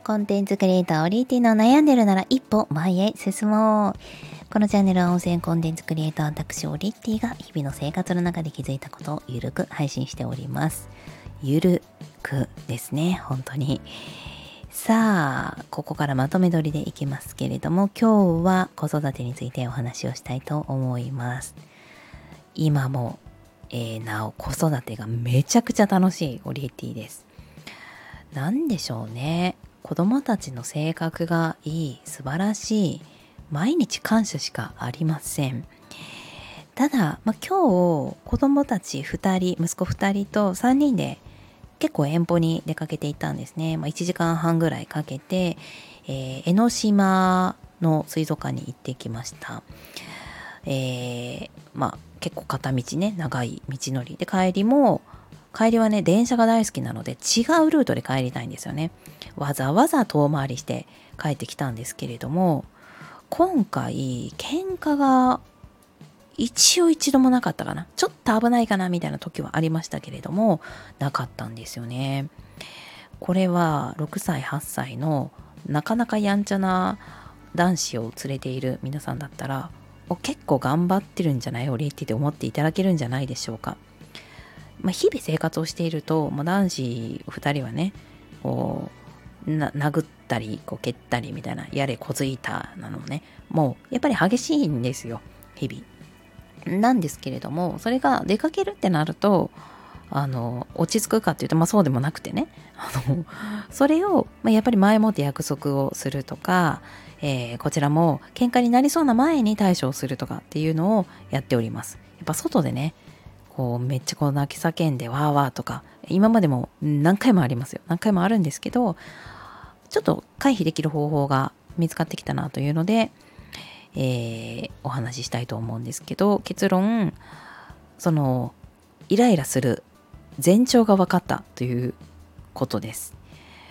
コンテンツクリエイターオリエティの悩んでるなら一歩前へ進もう。このチャンネルは音声コンテンツクリエイター私オリエティが日々の生活の中で気づいたことをゆるく配信しております。ゆるくですね、本当に。さあ、ここからまとめ撮りでいきますけれども、今日は子育てについてお話をしたいと思います。今も、なお子育てがめちゃくちゃ楽しいオリエティです。なんでしょうね。子供たちの性格がいい、素晴らしい。毎日感謝しかありません。ただ、今日子供たち2人、息子2人と3人で結構遠方に出かけていたんですね。1時間半ぐらいかけて、江ノ島の水族館に行ってきました。結構片道ね、長い道のりで帰りはね、電車が大好きなので違うルートで帰りたいんですよね。わざわざ遠回りして帰ってきたんですけれども、今回喧嘩が一度もなかったかな。ちょっと危ないかなみたいな時はありましたけれども、なかったんですよね。これは6歳8歳のなかなかやんちゃな男子を連れている皆さんだったら、結構頑張ってるんじゃないオリエティって思っていただけるんじゃないでしょうか。日々生活をしていると、男子2人はね、殴ったり蹴ったりみたいな、やれ小づいたなのね、もうやっぱり激しいんですよ、日々。なんですけれども、それが出かけるってなると、落ち着くかっていうと、そうでもなくてね、それを、やっぱり前もって約束をするとか、こちらも喧嘩になりそうな前に対処をするとかっていうのをやっております。やっぱ外でね、めっちゃ泣き叫んでわーわーとか、今までも何回もありますよ。何回もあるんですけど、ちょっと回避できる方法が見つかってきたなというので、お話ししたいと思うんですけど、結論、イライラする前兆が分かったということです。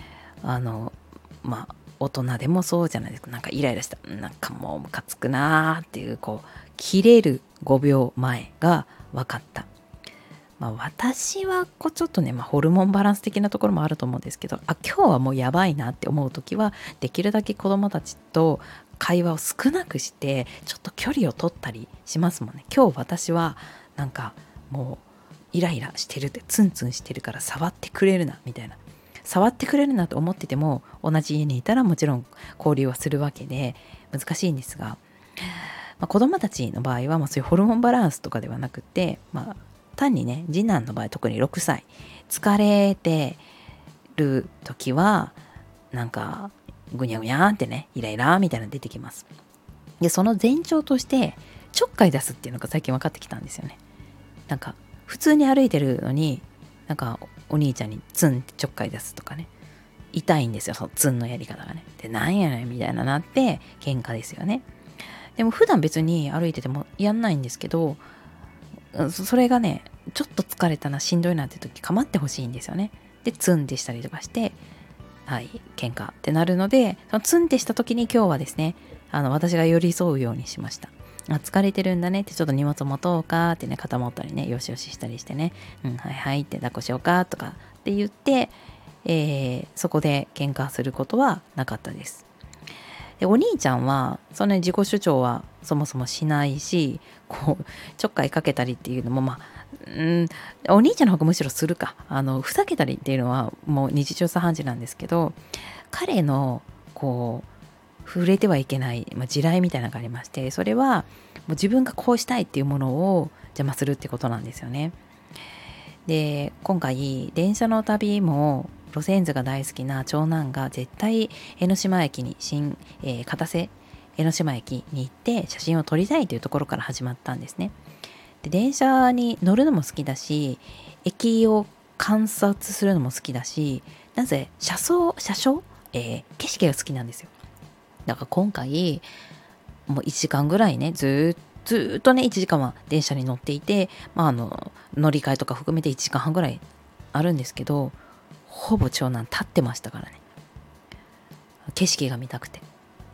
大人でもそうじゃないですか。なんかイライラした、なんかもうムカつくなーっていう、切れる5秒前が分かった。私はちょっとね、ホルモンバランス的なところもあると思うんですけど、今日はもうやばいなって思うときは、できるだけ子供たちと会話を少なくして、ちょっと距離を取ったりしますもんね。今日私はなんかもうイライラしてるって、ツンツンしてるから触ってくれるなみたいな。触ってくれるなと思ってても、同じ家にいたらもちろん交流はするわけで難しいんですが、子供たちの場合はそういうホルモンバランスとかではなくて、単にね、次男の場合特に6歳疲れてる時はなんかぐにゃぐにゃってね、イライラみたいなの出てきます。でその前兆としてちょっかい出すっていうのが最近分かってきたんですよね。なんか普通に歩いてるのに、なんかお兄ちゃんにツンってちょっかい出すとかね、痛いんですよ、そのツンのやり方がね。でなんやねんみたいななって喧嘩ですよね。でも普段別に歩いててもやんないんですけど、それがね、ちょっと疲れたな、しんどいなって時構ってほしいんですよね。でツンってしたりとかして、はい喧嘩ってなるので、そのツンってした時に今日はですね、私が寄り添うようにしました。疲れてるんだねって、ちょっと荷物持とうかってね、肩持ったりね、よしよししたりしてね、はいはいって抱っこしようかとかって言って、そこで喧嘩することはなかったです。でお兄ちゃんはそんなに自己主張はそもそもしないし、ちょっかいかけたりっていうのもお兄ちゃんの方がむしろするか、ふざけたりっていうのはもう日常茶飯事なんですけど、彼の触れてはいけない、地雷みたいなのがありまして、それはもう自分がこうしたいっていうものを邪魔するってことなんですよね。で今回電車の旅も路線図が大好きな長男が絶対江ノ島駅に片瀬江ノ島駅に行って写真を撮りたいというところから始まったんですね。で電車に乗るのも好きだし、駅を観察するのも好きだし、なぜ車掌、景色が好きなんですよ。だから今回もう1時間ぐらいね、ずっとね1時間は電車に乗っていて、乗り換えとか含めて1時間半ぐらいあるんですけど、ほぼ長男立ってましたからね。景色が見たくて。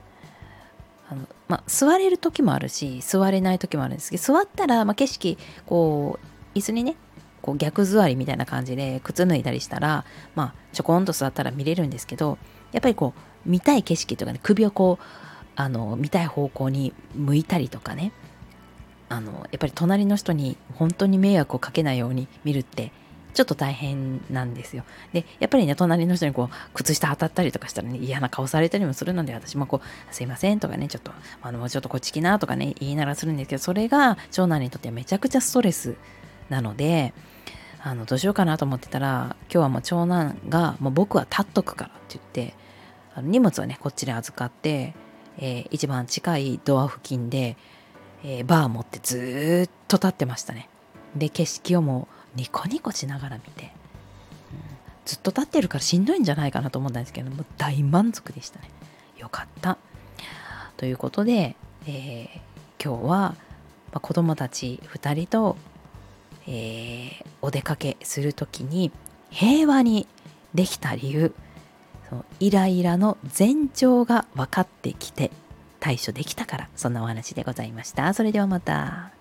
座れる時もあるし座れない時もあるんですけど、座ったら景色椅子にね逆座りみたいな感じで靴脱いだりしたらちょこんと座ったら見れるんですけど、 やっぱりこう見たい景色とかね、首をこう見たい方向に向いたりとかね、やっぱり隣の人に本当に迷惑をかけないように見るってちょっと大変なんですよ。でやっぱりね、隣の人にこう靴下当たったりとかしたらね、嫌な顔されたりもするので、私もこうすいませんとかね、ちょっともうちょっとこっち来なとかね言いながらするんですけど、それが長男にとってはめちゃくちゃストレスなので、どうしようかなと思ってたら、今日はもう長男がもう僕は立っとくからって言って、荷物はねこっちで預かって、一番近いドア付近で、バー持ってずーっと立ってましたね。で景色をもうニコニコしながら見て、ずっと立ってるからしんどいんじゃないかなと思ったんですけども、大満足でしたね。よかったということで、今日は、子供たち2人と、お出かけするときに平和にできた理由、そのイライラの前兆が分かってきて対処できたから、そんなお話でございました。それではまた。